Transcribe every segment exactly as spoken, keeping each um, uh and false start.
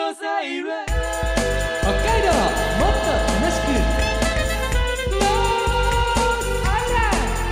ノサイランド北海道もっと楽しくノースアイラン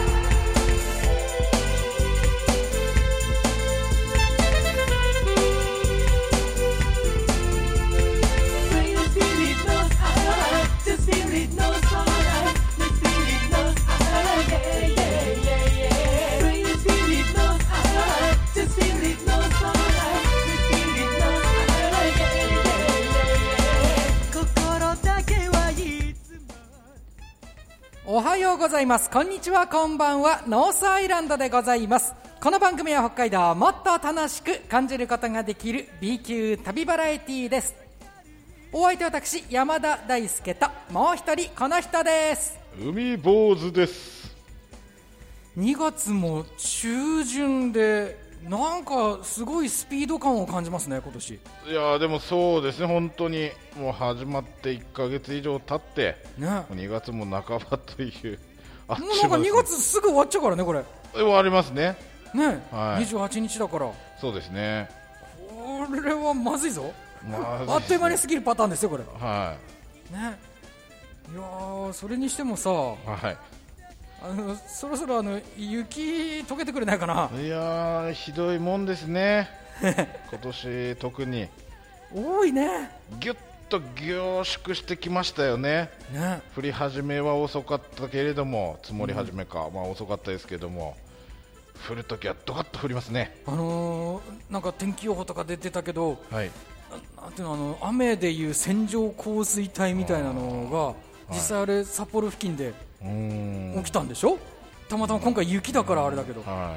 おはようございます。こんにちは、こんばんは。ノースアイランドでございます。この番組は北海道をもっと楽しく感じることができる B 級旅バラエティーです。お相手は私、山田大輔ともう一人この人です。 海坊主です。 にがつも中旬でなんかすごいスピード感を感じますね、今年。 いやでもそうですね、本当にもう始まっていっかげつ以上経って、ね、にがつも半ばというあもうなんかにがつすぐ終わっちゃうからね、これ終わりますね。 ね、 はい、 にじゅうはちにちだから。そうですね、これはまずいぞ、まずいですね、あっという間に過ぎるパターンですよこれ。はいね、いやーそれにしてもさ、はい、あのそろそろあの雪溶けてくれないかな。 いやーひどいもんですね今年特に多いね。 ぎゅっと凝縮してきましたよ ね, ね降り始めは遅かったけれども、積もり始めか、うん、まあ遅かったですけども、降るときはドカッと降りますね。 あのー、なんか天気予報とか出てたけど、はい、ななんていうの、あの雨でいう線状降水帯みたいなのが実際あれ札幌付近で起きたんでしょ。たまたま今回雪だからあれだけど、はい、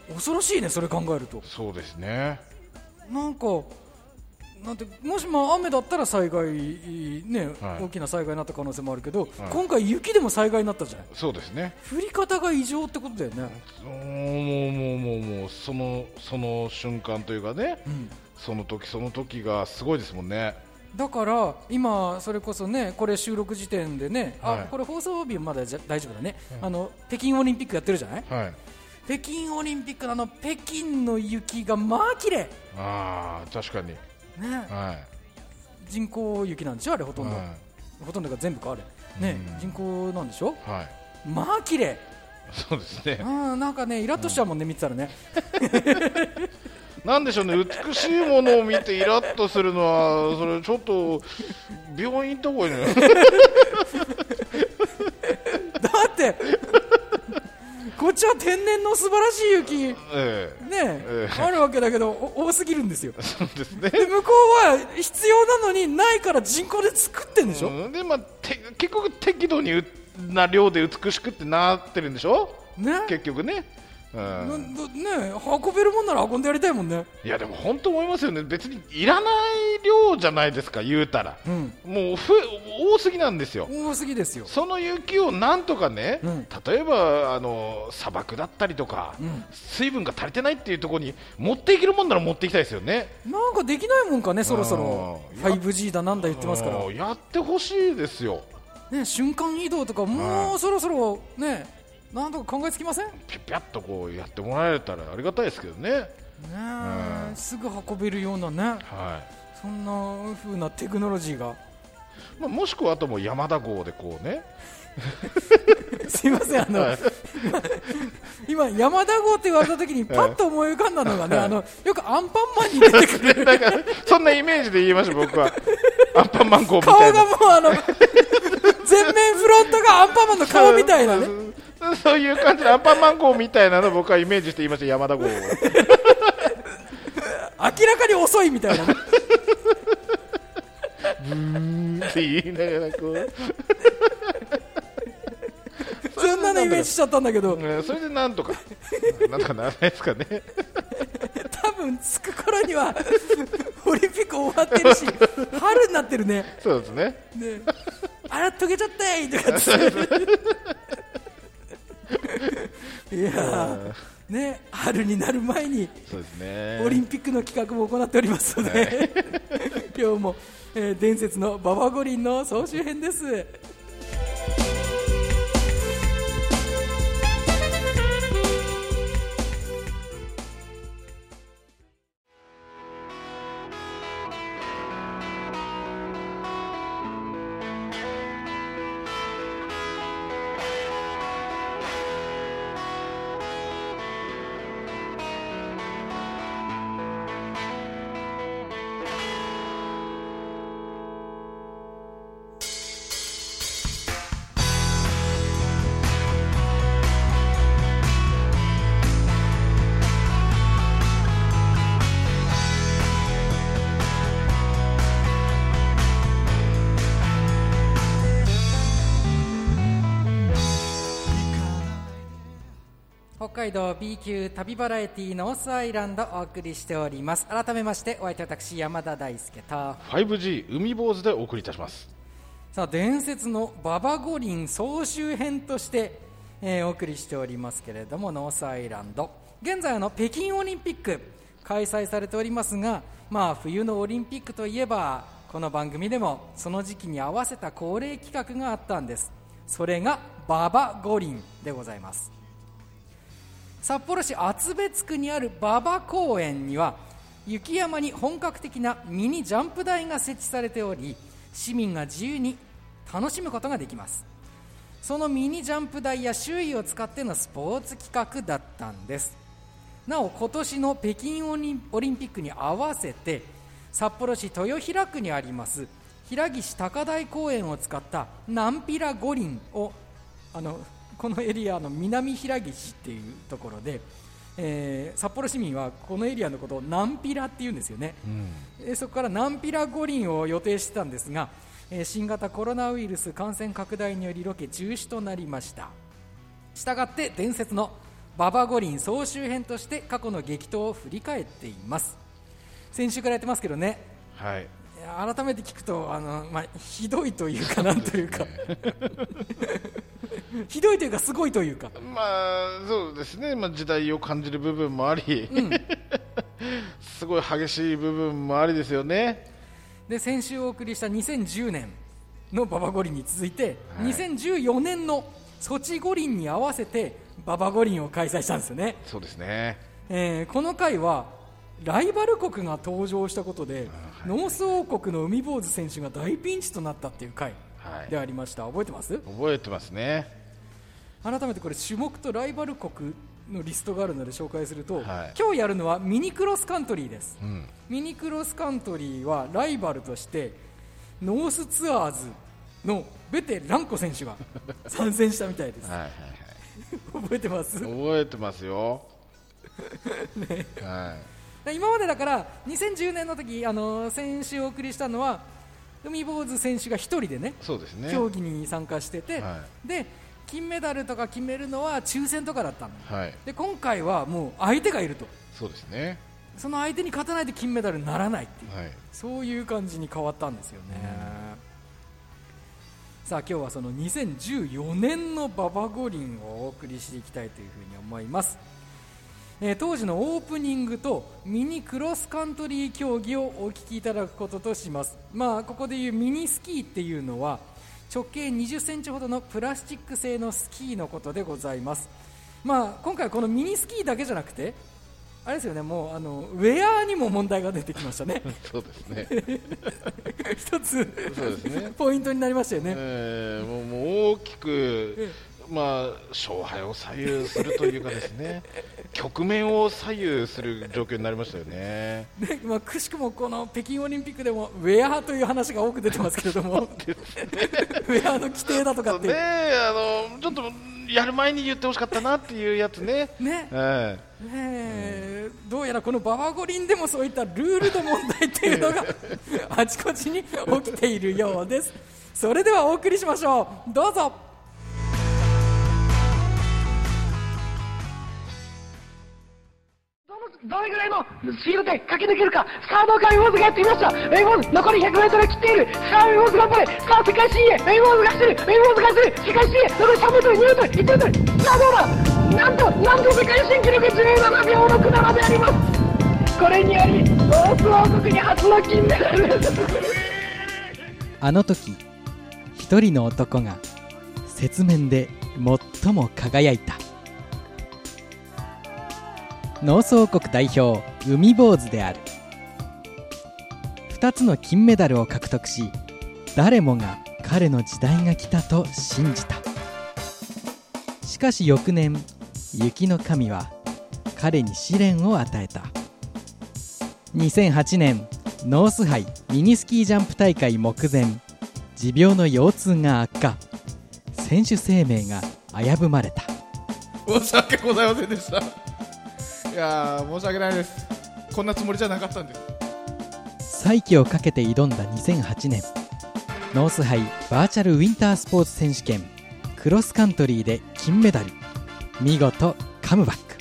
恐ろしいね、それ考えると。 そうですね。 なんかなんて、もしも雨だったら災害、ね、はい、大きな災害になった可能性もあるけど、はい、今回雪でも災害になったじゃない。 そうですね。 降り方が異常ってことだよね。 もうもうもうもうそのその瞬間というかね、うん、その時その時がすごいですもんね。 だから今それこそね、これ収録時点でね、はい、あこれ放送日まだじゃ大丈夫だね、はい、あの北京オリンピックやってるじゃない、はい、北京オリンピックのあの北京の雪がまあ綺麗。 ああ確かにね、はい、人工雪なんでしょあれ、ほとんど、はい、ほとんどが全部かあれ、ね、人工なんでしょ、はい、まあ綺麗。 そうですね。 うん、なんかねイラッとしちゃうもんね、うん、見てたらねなんでしょうね、美しいものを見てイラッとするのはそれちょっと病院行った方がいいのよだってこっちは天然の素晴らしい雪、ええねええ、あるわけだけど多すぎるんですよ。 そうですね。 で向こうは必要なのにないから人工で作ってるんでしょ、 うん、で、まあ、て結局適度にな量で美しくってなってるんでしょ、ね、結局ね。うん、 ね、運べるもんなら運んでやりたいもんね。 いやでも本当思いますよね。別にいらない量じゃないですか、言うたら、うん、もうふ多すぎなんですよ。 多すぎですよ。 その雪をなんとかね、うん、例えばあの砂漠だったりとか、うん、水分が足りてないっていうところに持っていけるもんなら持っていきたいですよね。 なんかできないもんかね、そろそろ ファイブジー だなんだ言ってますから、 やってほしいですよ、 ね、瞬間移動とかもうそろそろね、なんとか考えつきません？ ピャピャッとこうやってもらえたらありがたいですけどね。ね、 うん、すぐ運べるようなね、はい、そんな風なテクノロジーが、 まあ、もしくはあとも山田号でこうねすいません、あの、はい、今山田号って言われた時にパッと思い浮かんだのがね、はい、あのよくアンパンマンに出てくるだからそんなイメージで言いました僕はアンパンマン号みたいな、 顔がもうあの全面フロントがアンパンマンの顔みたいなねそういう感じでアンパンマン号みたいなのを僕はイメージして言いました、山田号を明らかに遅いみたいなねブーンって言いながらこうそんなのイメージしちゃったんだけど、 それでなんとかなんとかならないですかね多分着く頃にはオリンピック終わってるし春になってるね。 そうですね。ね、 あら溶けちゃったーとかっていやーね、春になる前にそうですね、 オリンピックの企画も行っておりますので、はい、今日も、えー、伝説の馬場五輪の総集編です。 海道 B 級旅バラエティノースアイランドをお送りしております。改めましてお相手は私山田大輔とファイブジー 海坊主でお送りいたします。 さあ、伝説の馬場五輪総集編として、えー、お送りしておりますけれども、ノースアイランド現在の北京オリンピック開催されておりますが、まあ、冬のオリンピックといえばこの番組でもその時期に合わせた恒例企画があったんです。それが馬場五輪でございます。札幌市厚別区にある馬場公園には雪山に本格的なミニジャンプ台が設置されており、市民が自由に楽しむことができます。そのミニジャンプ台や周囲を使ってのスポーツ企画だったんです。なお今年の北京オリンピックに合わせて札幌市豊平区にあります平岸高台公園を使ったナンピラ五輪をあのこのエリアの南平岸っていうところで、えー、札幌市民はこのエリアのことをナンピラっていうんですよね、うん、そこからナンピラ五輪を予定してたんですが、えー、新型コロナウイルス感染拡大によりロケ中止となりました。したがって伝説の馬場五輪総集編として過去の激闘を振り返っています。先週からやってますけどね、 はい、 改めて聞くとあの、まあ、ひどいというかなんというかひどいというかすごいというか、 まあそうですね、まあ、時代を感じる部分もあり、うん、すごい激しい部分もありですよね。 で先週お送りしたにせんじゅうねんの馬場五輪に続いて、はい、にせんじゅうよねんのソチ五輪に合わせて馬場五輪を開催したんですよね。 そうですね、 えー、この回はライバル国が登場したことで、はい、ノース王国の海坊主選手が大ピンチとなったっていう回でありました、はい、覚えてます？ 覚えてますね。 改めてこれ種目とライバル国のリストがあるので紹介すると、 はい、 今日やるのはミニクロスカントリーです、 うん、 ミニクロスカントリーはライバルとしてノースツアーズのベテランコ選手が参戦したみたいですはいはい、はい、覚えてます？ 覚えてますよ、 ね、 はい、 今までだからにせんじゅうねんの時、あの先週お送りしたのは海坊主選手が一人でね、 そうですね、 競技に参加してて、 はい、で金メダルとか決めるのは抽選とかだったの、 はい、で今回はもう相手がいると、 そうですね、 その相手に勝たないと金メダルにならないっていう、 はい、 そういう感じに変わったんですよね、うん、さあ今日はそのにせんじゅうよねんの馬場五輪をお送りしていきたいというふうに思います。えー、当時のオープニングとミニクロスカントリー競技をお聞きいただくこととします。まあ、ここでいうミニスキーっていうのは直径にじゅっセンチほどのプラスチック製のスキーのことでございます。まあ、今回このミニスキーだけじゃなくてあれですよね、もうあのウェアにも問題が出てきましたねそうですね一つそうですねポイントになりましたよね、 えー、もう、もう大きく、まあ、勝敗を左右するというかですね局面を左右する状況になりましたよね。 で、まあ、くしくもこの北京オリンピックでもウェアという話が多く出てますけれども、ね、ウェアの規定だとかって、 ね、あのちょっとやる前に言ってほしかったなっていうやつね。 ね、 えーねうん、どうやらこの馬場五輪でもそういったルールの問題っていうのがあちこちに起きているようです。それではお送りしましょう。どうぞ。 どれぐらいのスピードで駆け抜けるか。さあどうか、ウェイボーズがやってきました。ウェイボーズ残り ひゃくメートル 切っている。さあウェイボーズ頑張れ。さあ世界水泳、ウェイボーズが走る、ウェイボーズが走る、世界水泳残り さんメートル にメートル いちメートル。さあどうだ、なんとなんと世界新記録じゅうななびょうろくななであります。これによりノース王国に初の金メダルあの時一人の男が雪面で最も輝いた。ノース王国代表海坊主である。ふたつの金メダルを獲得し、誰もが彼の時代が来たと信じた。しかし翌年、雪の神は彼に試練を与えた。にせんはちねんノース杯ミニスキージャンプ大会目前、持病の腰痛が悪化、選手生命が危ぶまれた。 申し訳ございませんでした。いやー申し訳ないです。こんなつもりじゃなかったんです。 再起をかけて挑んだにせんはちねん、ノース杯バーチャルウィンタースポーツ選手権クロスカントリーで金メダル、見事カムバック。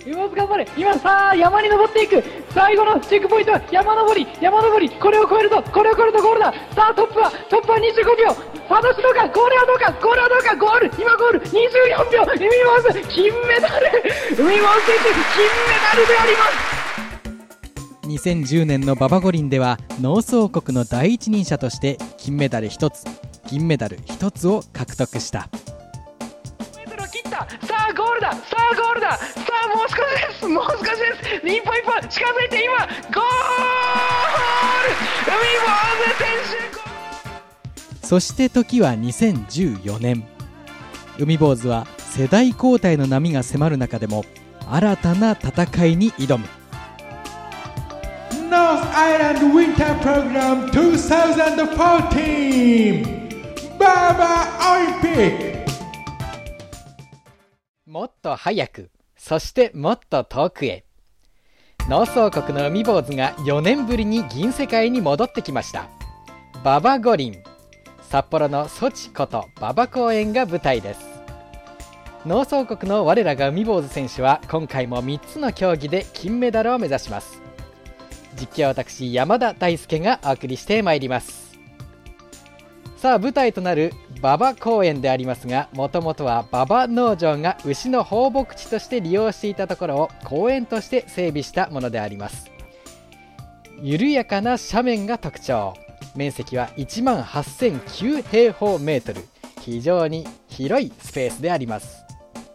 海坊主頑張れ。今さあ山に登っていく。最後のチェックポイントは山登り山登り。これを超えるとこれを超えるとゴールだ。さあトップはトップはにじゅうごびょう。果たしてどうか。ゴールはどうか。ゴールはどうか。ゴール今ゴールにじゅうよんびょう。海坊主金メダル。海坊主選手金メダルであります。 にせんじゅうねんのババ五輪では農創国の第一人者として金メダルひとつ銀メダルひとつを獲得した。 さあゴールだ。さあゴールだ。さあもう少しです。もう少しです。一歩一歩近づいて今ゴール。海坊主選手。そして時はにせんじゅうよねん。海坊主は世代交代の波が迫る中でも新たな戦いに挑む。 North Island Winter Program にせんじゅうよんバーバーオリンピック。 もっと早く、そしてもっと遠くへ。農創国の海坊主がよねんぶりに銀世界に戻ってきました。ババ五輪、札幌のソチこと馬場公園が舞台です。農創国の我らが海坊主選手は今回もみっつの競技で金メダルを目指します。実況は私山田大輔がお送りしてまいります。さあ舞台となる馬場公園でありますが、もともとは馬場農場が牛の放牧地として利用していたところを公園として整備したものであります。緩やかな斜面が特徴。面積はいちまんはっせんきゅうへいほうメートル、非常に広いスペースであります。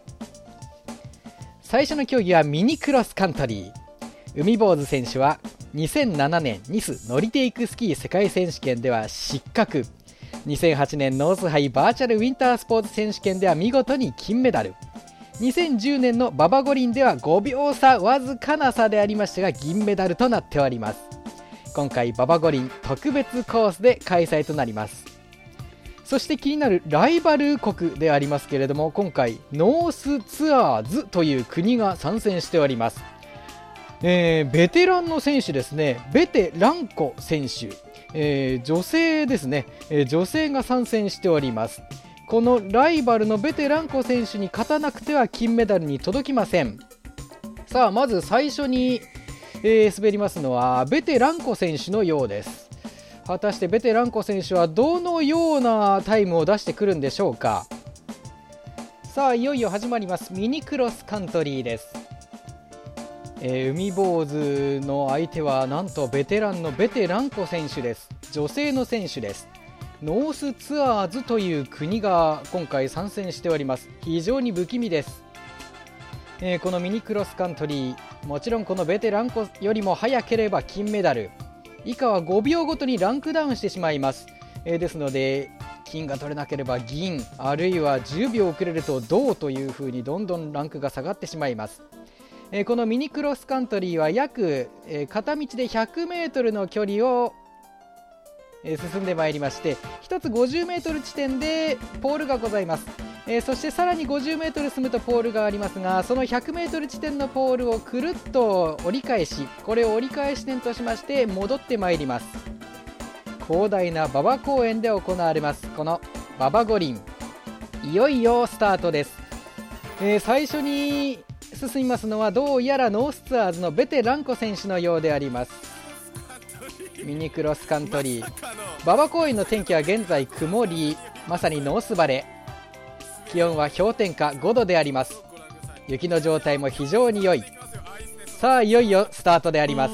最初の競技はミニクロスカントリー。海坊主選手はにせんななねんニス乗りテイクスキー世界選手権では失格。にせんはちねんノースハイバーチャルウィンタースポーツ選手権では見事に金メダル。にせんじゅうねんの馬場五輪ではごびょう差、わずかな差でありましたが銀メダルとなっております。今回馬場五輪特別コースで開催となります。そして気になるライバル国でありますけれども、今回ノースツアーズという国が参戦しております。えー、ベテランの選手ですね。ベテランコ選手、えー、女性ですね、えー、女性が参戦しております。このライバルのベテランコ選手に勝たなくては金メダルに届きません。さあまず最初に、えー、滑りますのはベテランコ選手のようです。果たしてベテランコ選手はどのようなタイムを出してくるんでしょうか。さあいよいよ始まります。ミニクロスカントリーです。えー、海坊主の相手はなんとベテランのベテランコ選手です。女性の選手です。ノースツアーズという国が今回参戦しております。非常に不気味です。えー、このミニクロスカントリー、もちろんこのベテランコよりも早ければ金メダル、以下はごびょうごとにランクダウンしてしまいます。えー、ですので金が取れなければ銀、あるいはじゅうびょう遅れると銅という風にどんどんランクが下がってしまいます。えー、このミニクロスカントリーは約、えー、片道でひゃくメートルの距離を、えー、進んでまいりまして、ひとつごじゅうメートル地点でポールがございます。えー、そしてさらにごじゅうメートル進むとポールがありますが、そのひゃくメートル地点のポールをくるっと折り返し、これを折り返し点としまして戻ってまいります。広大な馬場公園で行われますこの馬場五輪、いよいよスタートです。えー、最初に進みますのはどうやらノースツアーズのベテランコ選手のようであります。ミニクロスカントリー、馬場公園の天気は現在曇り、まさにノース晴れ。気温は氷点下ごどであります。雪の状態も非常に良い。さあいよいよスタートであります。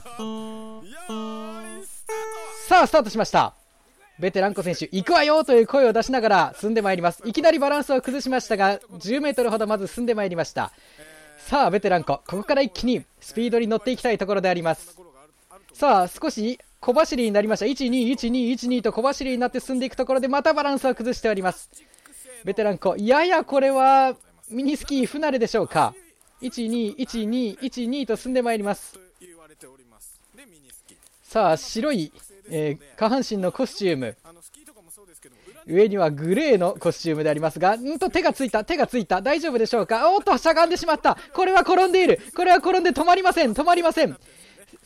さあスタートしました。ベテランコ選手行くわよという声を出しながら進んでまいります。いきなりバランスを崩しましたがじゅうメートルほどまず進んでまいりました。さあベテランコ、ここから一気にスピードに乗っていきたいところであります。さあ少し小走りになりました。いちにいちにいちにと小走りになって進んでいくところでまたバランスを崩しております。ベテランコ、ややこれはミニスキー不慣れでしょうか。いちにいちにいちにと進んでまいります。さあ白い、えー、下半身のコスチューム、上にはグレーのコスチュームでありますが、んと手がついた手がついた大丈夫でしょうか。おっとしゃがんでしまった。これは転んでいる。これは転んで止まりません止まりません。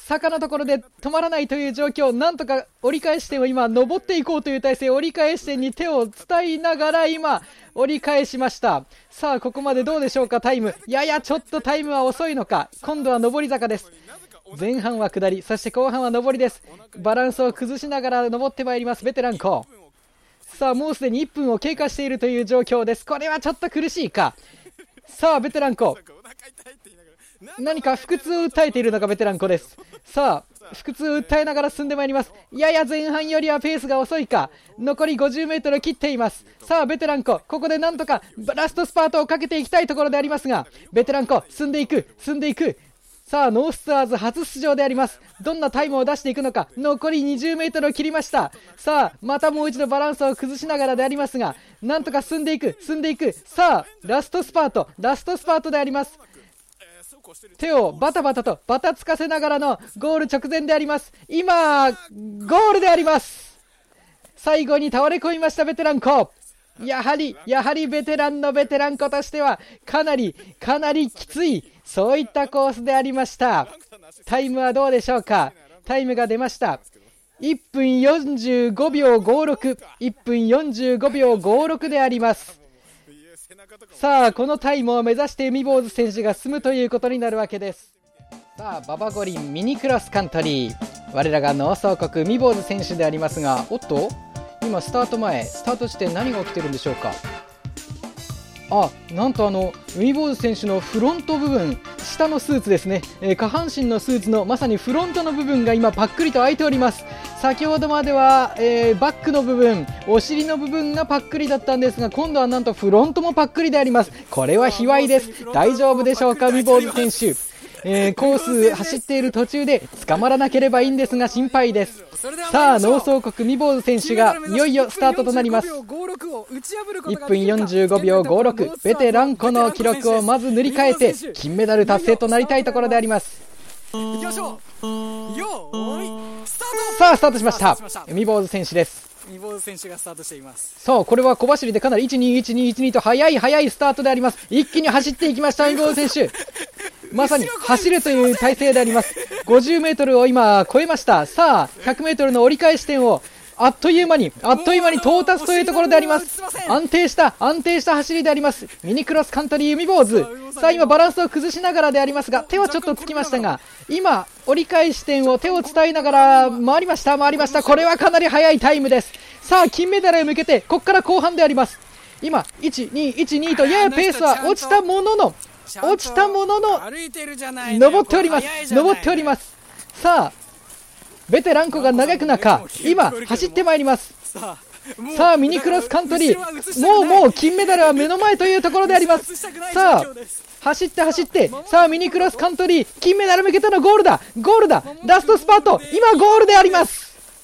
坂のところで止まらないという状況、なんとか折り返し点を今登っていこうという体勢、折り返し点に手を伝いながら今折り返しました。さあここまでどうでしょうか。タイムややちょっとタイムは遅いのか。今度は上り坂です。前半は下り、そして後半は上りです。バランスを崩しながら登ってまいりますベテランコ。さあもうすでにいっぷんを経過しているという状況です。これはちょっと苦しいか。さあベテランコ、何か腹痛を訴えているのがベテランコです。さあ腹痛を訴えながら進んでまいります。やや前半よりはペースが遅いか。残り ごじゅうメートル 切っています。さあベテランコ、ここでなんとかラストスパートをかけていきたいところでありますが、ベテランコ進んでいく進んでいく。さあノースツアーズ初出場であります。どんなタイムを出していくのか。残り にじゅうメートル を切りました。さあまたもう一度バランスを崩しながらでありますが、なんとか進んでいく進んでいく。さあラストスパートラストスパートであります。手をバタバタとバタつかせながらのゴール直前であります。今ゴールであります。最後に倒れ込みましたベテランコ。やはりやはりベテランのベテランコとしてはかなりかなりきつい、そういったコースでありました。タイムはどうでしょうか。タイムが出ました。いっぷんよんじゅうごびょうごじゅうろく、いっぷんよんじゅうごびょうごじゅうろくであります。さあこのタイムを目指して海坊主選手が進むということになるわけです。さあ馬場五輪ミニクロスカントリー、我らが農総国海坊主選手でありますが、おっと今スタート前スタート地点何が起きてるんでしょうか。あ、なんとあの海坊主選手のフロント部分、下のスーツですね、えー、下半身のスーツのまさにフロントの部分が今パックリと開いております。先ほどまでは、えー、バックの部分、お尻の部分がパックリだったんですが、今度はなんとフロントもパックリであります。これは卑猥です。大丈夫でしょうか海坊主選手。えー、コース走っている途中で捕まらなければいいんですが心配です。さあ農総国海坊主選手がいよいよスタートとなります。いっぷんよんじゅうごびょうごじゅうろく、ベテランコの記録をまず塗り替えて金メダル達成となりたいところであります。 行きましょう。よーいスタート。 さあスタートしました。海坊主選手です。 海坊主選手がスタートしています。 さあこれは小走りでかなりいちにいちにいちにと速い速いスタートであります。一気に走っていきました海坊主選手。まさに走るという体勢であります。 ごじゅうメートル を今超えました。さあ ひゃくメートル の折り返し点をあっという間にあっという間に到達というところであります。安定した安定した走りであります。ミニクロスカントリー海坊主。さあ今バランスを崩しながらでありますが、手はちょっとつきましたが、今折り返し点を手を伝いながら回りました回りました。これはかなり速いタイムです。さあ金メダルへ向けてここから後半であります。今いちにいちにとややペースは落ちたものの落ちたものの登っております登っております。さあベテランコが嘆く中今走ってまいります。さあミニクロスカントリー、もうもう金メダルは目の前というところであります。さあ走って走ってさあミニクロスカントリー金メダル向けてのゴールだゴールだラストスパート、今ゴールであります。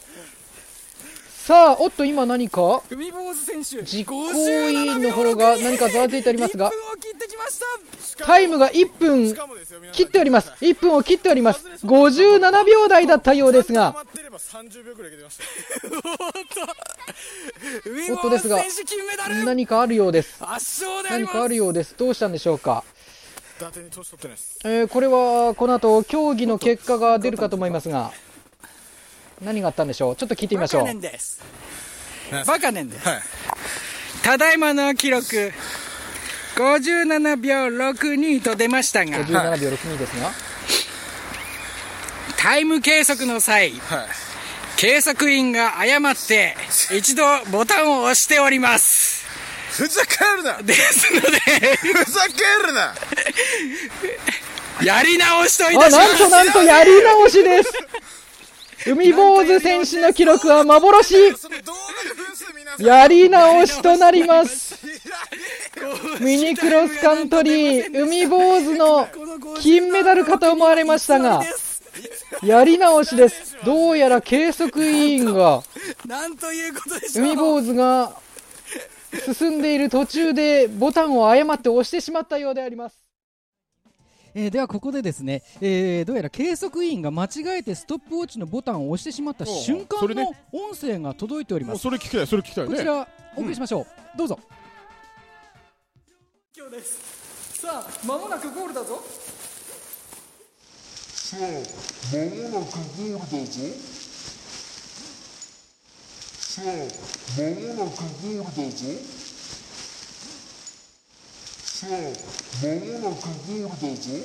さあおっと今何か実行委員の方が何かざわついておりますが、タイムがいっぷん切っております。いっぷんを切っております。ごじゅうななびょうだいだったようですが、おっとですが何かあるようです。何かあるようです。どうしたんでしょうか。えー、これはこの後競技の結果が出るかと思いますが、何があったんでしょう。ちょっと聞いてみましょう。 バカネンです。バカネンです、はい、ただいまの記録ごじゅうななびょうろくにと出ましたが、 ごじゅうななびょうろくにですが、 タイム計測の際、はい、計測員が誤って一度ボタンを押しております。 ふざけるなですのでふざけるなやり直しといたします。 あ、なんとなんとやり直しです。海坊主選手の記録は幻。やり直しとなります。ミニクロスカントリー海坊主の金メダルかと思われましたが、やり直しです。どうやら計測委員が海坊主が進んでいる途中でボタンを誤って押してしまったようであります。 えー、ではここでですね、えー、どうやら計測委員が間違えてストップウォッチのボタンを押してしまった瞬間の音声が届いております。 それ聞きたい、それ聞きたいね。 こちらお送りしましょう、うん、どうぞ。 今日です。さあ間もなくゴールだぞ。 さあ、間もなくゴールだぞ。さあ、間もなくゴールだぞ。さあ、間もなくゴールだぞ。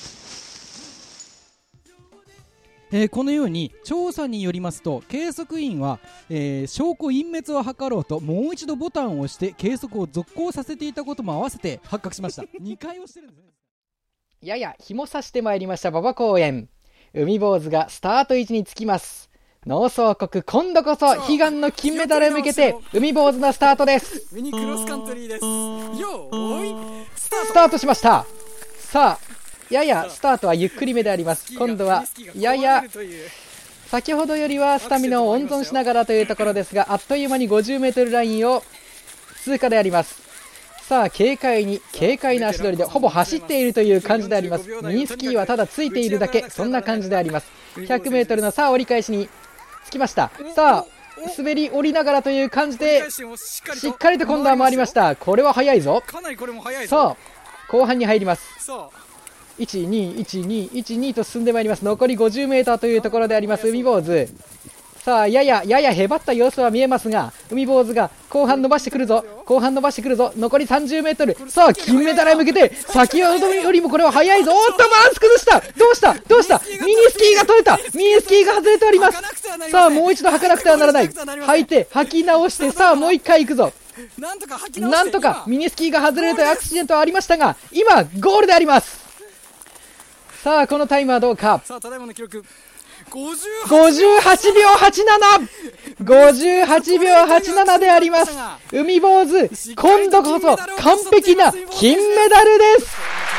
えー、このように調査によりますと、計測員は、えー、証拠隠滅を図ろうともう一度ボタンを押して計測を続行させていたことも合わせて発覚しました。にかい押してるんですね。 やや日も差してまいりました馬場公園。海坊主がスタート位置につきます。農総国、今度こそ悲願の金メダルへ向けて海坊主のスタートです。 ミニクロスカントリーです。よーいスタート。 スタートしました。さあ、ややスタートはゆっくりめであります。今度はやや先ほどよりはスタミナを温存しながらというところですが、あっという間に ごじゅうメートル ラインを通過であります。さあ、軽快に軽快な足取りでほぼ走っているという感じであります。ミニスキーはただついているだけ、そんな感じであります。 ひゃくメートル のさあ折り返しにつきました。さあ、滑り降りながらという感じでしっかりと今度は回りました。これは速いぞ。さあ、後半に入ります。いちにいちにいちにと進んでまいります。残り ごじゅうメートル というところであります海坊主。さあ、ややややへばった様子は見えますが、海坊主が後半伸ばしてくるぞ、後半伸ばしてくるぞ。残り さんじゅうメートル。 さあ、金メダルへ向けて先ほどよりもこれは速いぞ。おっと、バランス崩した。どうしたどうした。ミニスキーが取れた。ミニスキーが外れております。さあ、もう一度履かなくてはならない。履いて履き直して、さあもう一回行くぞ。なんとかミニスキーが外れるというアクシデントはありましたが、今ゴールであります。さあ、このタイムはどうか。 さあ、ただいまの記録ごじゅうはちびょうはちなな ごじゅうはちびょうはちななであります。海坊主、今度こそ完璧な金メダルです。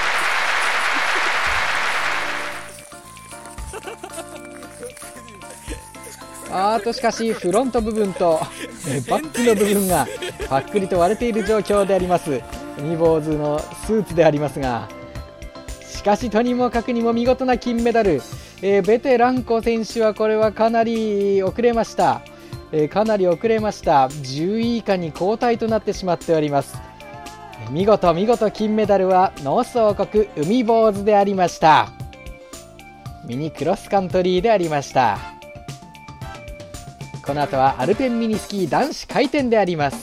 あーとしかしフロント部分とバックの部分がパックリと割れている状況であります海坊主のスーツでありますが、しかしとにもかくにも見事な金メダル。えー、ベテランコ選手はこれはかなり遅れました、えー、かなり遅れました。じゅうい以下に後退となってしまっております。見事見事金メダルは農総国海坊主でありました。ミニクロスカントリーでありました。この後はアルペンミニスキー男子回転であります。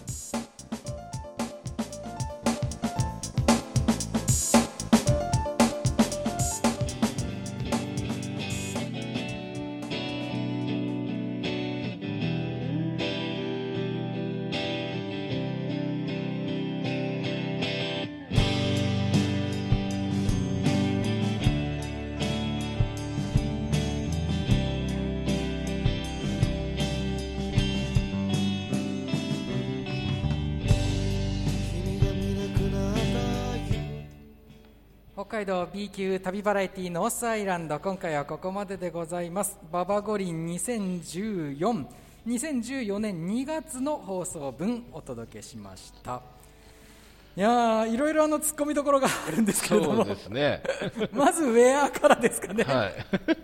北海道 B 級旅バラエティノースアイランド、今回はここまででございます。馬場五輪にせんじゅうよん、にせんじゅうよねんにがつの放送分お届けしました。いやー、いろいろあの突っ込みどころがあるんですけれども、 そうですねまずウェアからですかね、はい、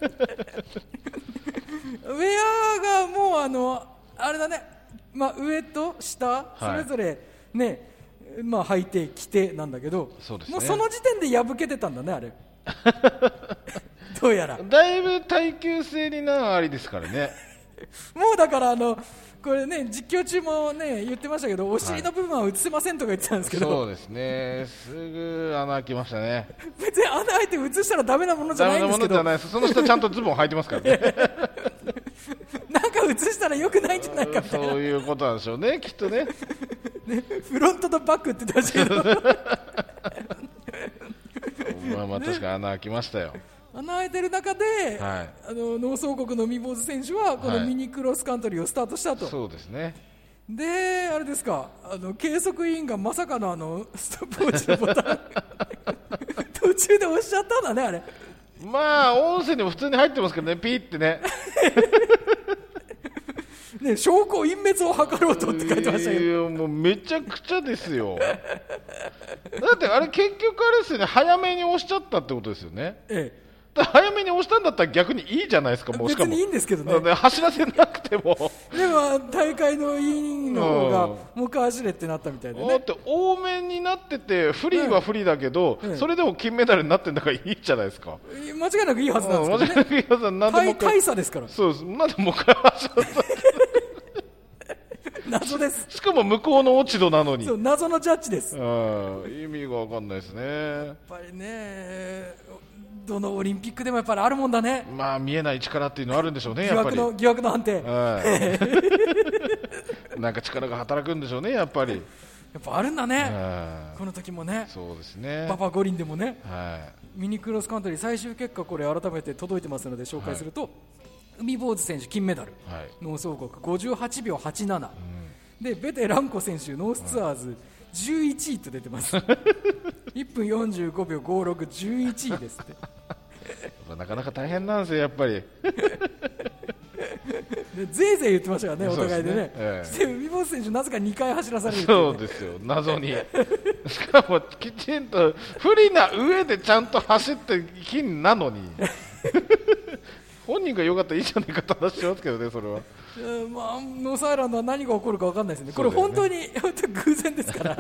ウェアがもうあのあれだね、まあ、上と下それぞれね、はいまあ、履いてきてなんだけど、そうですね、もうその時点で破けてたんだねあれどうやらだいぶ耐久性になありですからねもうだからあのこれね実況中もね言ってましたけど、お尻の部分は映せませんとか言ってたんですけど、 はい、そうですね、すぐ穴開きましたね別に穴開いて映したらダメなものじゃないんですけど、ダメなものじゃないです。 その人ちゃんとズボン履いてますからねなんか映したらよくないんじゃないかみたいな、 そういうことなんでしょうねきっとねね、フロントとバックって言ってましたけどまあまあ確かに穴開きましたよ、ね、 穴開いてる中で、はい、あの農総国の海坊主選手はこのミニクロスカントリーをスタートしたと、はい、 そうですね。 であれですか、あの計測委員がまさかのあのストップウォッチのボタン途中で押しちゃったんだねあれ。 まあ音声にも普通に入ってますけどね、ピーってねね、証拠隠滅を図ろうとって書いてましたけど、 いやもうめちゃくちゃですよだってあれ結局あれですよね、早めに押しちゃったってことですよね。 ええ、 早めに押したんだったら逆にいいじゃないですか。もうしかも別にいいんですけどね。 走らせなくてもでも大会の委員の方がもう一回走れってなったみたいでね。 だって多めになってて不利は不利だけど、うん、それでも金メダルになってんだからいいじゃないですか。 間違いなくいいはずなんですけどね。 間違いなくいいはずなんでもう一回大差ですから。 そうです。なんでもう一回走らせ謎です。 しかも向こうの落ち度なのに。 そう、謎のジャッジです。 意味が分かんないですね。 やっぱりね、どのオリンピックでもやっぱりあるもんだね。 まあ見えない力っていうのはあるんでしょうね。 疑惑の疑惑の判定。 なんか力が働くんでしょうね、やっぱり。 やっぱあるんだね。この時もね。 そうですね。 馬場五輪でもね。 はい、 ミニクロスカントリー最終結果これ改めて届いてますので紹介すると、はい、海坊主選手金メダル、はい、ノース王国ごじゅうはちびょうはちじゅうなな、うん、でベテランコ選手ノースツアーズじゅういちいと出てますいっぷんよんじゅうごびょうごじゅうろく、じゅういちいですってなかなか大変なんですよやっぱりでぜいぜい言ってましたからね、お互いでね。そして海坊主選手なぜかにかい走らされる、ね、 そうですよ、謎にしかもきちんと不利な上でちゃんと走って金なのに本人が良かったらいいじゃないかと話しますけどね、それは。 まあ、ノースアイランドは何が起こるか分かんないですね。これ本当に、本当に偶然ですから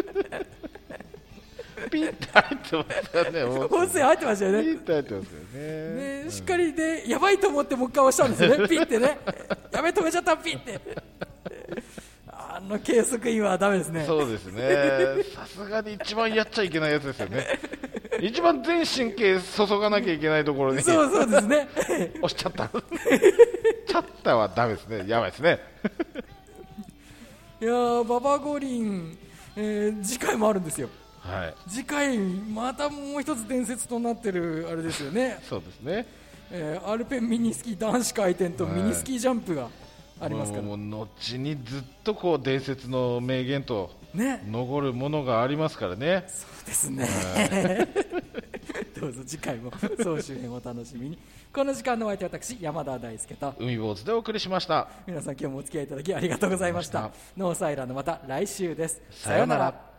ピッて入ってますよね。 音声入ってましたよね。 ピッて入ってますよね。 ね、しっかりで、やばいと思ってもう一回押したんですよね。ピッてね。やべ、止めちゃった、ピッて。あの計測員はダメですね。 そうですね。さすがに一番やっちゃいけないやつですよね。一番全神経注がなきゃいけないところに。 そうそうですね。 押しちゃった。チャッターはダメですね。やばいですね。 いやー、馬場五輪、えー、次回もあるんですよ。 はい、 次回またもう一つ伝説となってるあれですよね。 そうですね、 えー、アルペンミニスキー男子回転とミニスキージャンプがありますから、 はい、もう後にずっとこう伝説の名言と残るものがありますからね。ね、 そうですね、どうぞ次回も総集編をお楽しみに。この時間のお相手は私山田大輔と海坊主でお送りしました。 皆さん今日もお付き合いいただきありがとうございました。ノースアイランドまた来週です。さようなら。